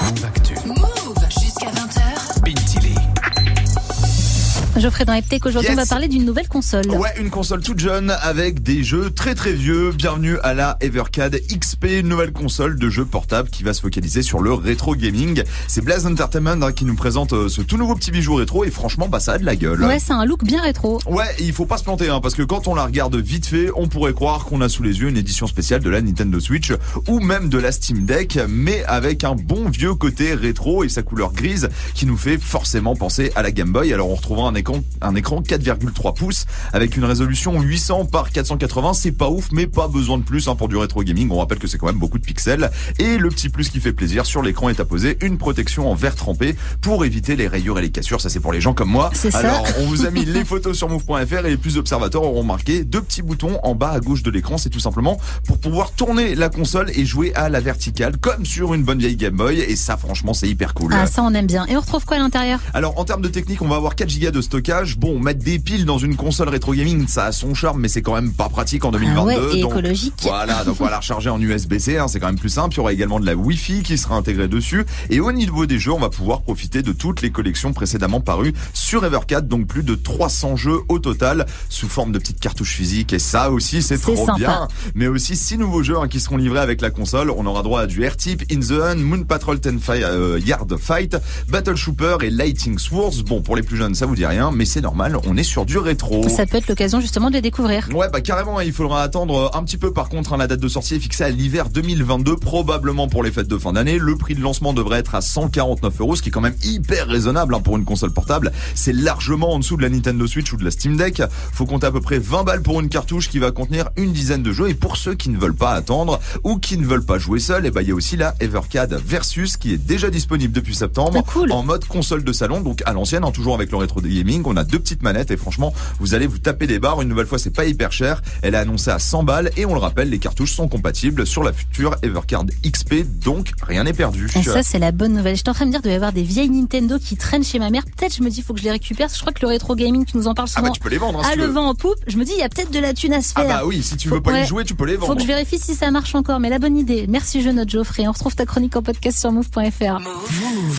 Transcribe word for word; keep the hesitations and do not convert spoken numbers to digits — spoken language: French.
Move Actu. Move jusqu'à vingt heures. Bintili. Geoffrey, dans Heptech, aujourd'hui, Yes. on va parler d'une nouvelle console. Ouais, une console toute jeune avec des jeux très très vieux. Bienvenue à la Evercade X P, une nouvelle console de jeux portables qui va se focaliser sur le rétro gaming. C'est Blaze Entertainment hein, qui nous présente euh, ce tout nouveau petit bijou rétro et franchement, bah ça a de la gueule. Ouais, c'est un look bien rétro. Ouais, et il faut pas se planter hein, parce que quand on la regarde vite fait, on pourrait croire qu'on a sous les yeux une édition spéciale de la Nintendo Switch ou même de la Steam Deck, mais avec un bon vieux côté rétro et sa couleur grise qui nous fait forcément penser à la Game Boy. Alors on retrouvera un écran, un écran quatre virgule trois pouces avec une résolution huit cents par quatre cent quatre-vingts. C'est pas ouf, mais pas besoin de plus hein, pour du rétro gaming. On rappelle que c'est quand même beaucoup de pixels. Et le petit plus qui fait plaisir, sur l'écran est apposé une protection en verre trempé pour éviter les rayures et les cassures. Ça c'est pour les gens comme moi. C'est ça. Alors on vous a mis les photos sur move point f r et les plus observateurs auront marqué deux petits boutons en bas à gauche de l'écran. C'est tout simplement pour pouvoir tourner la console et jouer à la verticale comme sur une bonne vieille Game Boy. Et ça franchement c'est hyper cool. Ah, ça on aime bien. Et on retrouve quoi à l'intérieur? Alors en termes de technique, on va avoir quatre gigas de stockage. Bon, mettre des piles dans une console rétro gaming, ça a son charme, mais c'est quand même pas pratique en deux mille vingt-deux. Ah ouais, et donc, écologique. Voilà, donc on va la recharger en U S B C, hein, c'est quand même plus simple. Il y aura également de la Wi-Fi qui sera intégrée dessus. Et au niveau des jeux, on va pouvoir profiter de toutes les collections précédemment parues sur Evercade, donc plus de trois cents jeux au total, sous forme de petites cartouches physiques. Et ça aussi, c'est C'est trop sympa. bien. Mais aussi six nouveaux jeux hein, qui seront livrés avec la console. On aura droit à du R-Type, In the Hun, Moon Patrol dix fi- euh, Yard Fight, Battle Shooter et Lighting Swords. Bon, pour les plus jeunes, ça vous dit rien, mais c'est normal, on est sur du rétro. Ça peut être l'occasion justement de les découvrir. Ouais, bah carrément, il faudra attendre un petit peu par contre. Hein, la date de sortie est fixée à l'hiver deux mille vingt-deux, probablement pour les fêtes de fin d'année. Le prix de lancement devrait être à cent quarante-neuf euros, ce qui est quand même hyper raisonnable hein, pour une console portable. C'est largement en dessous de la Nintendo Switch ou de la Steam Deck. Faut compter à peu près vingt balles pour une cartouche qui va contenir une dizaine de jeux. Et pour ceux qui ne veulent pas attendre ou qui ne veulent pas jouer seuls, et bah il y a aussi la Evercade Versus qui est déjà disponible depuis septembre. Ah, cool. En mode console de salon, donc à l'ancienne, hein, toujours avec le rétro gaming. On a deux petites manettes et franchement, vous allez vous taper des barres. Une nouvelle fois, c'est pas hyper cher. Elle est annoncée à cent balles et on le rappelle, les cartouches sont compatibles sur la future Evercade X P, donc rien n'est perdu. Et ça, c'est la bonne nouvelle. J'étais en train de me dire, il doit y avoir des vieilles Nintendo qui traînent chez ma mère. Peut-être, je me dis, faut que je les récupère. Parce que je crois que le rétro gaming, tu nous en parles Ah souvent, bah tu peux les vendre hein, si a tu le veux. vent en poupe. Je me dis, il y a peut-être de la thune à se Ah faire. bah oui, si tu Faut- veux pas ouais. y jouer, tu peux les Faut vendre. que je vérifie si ça marche encore. Mais la bonne idée. Merci, je note, Geoffrey. On retrouve ta chronique en podcast sur move point f r. Move.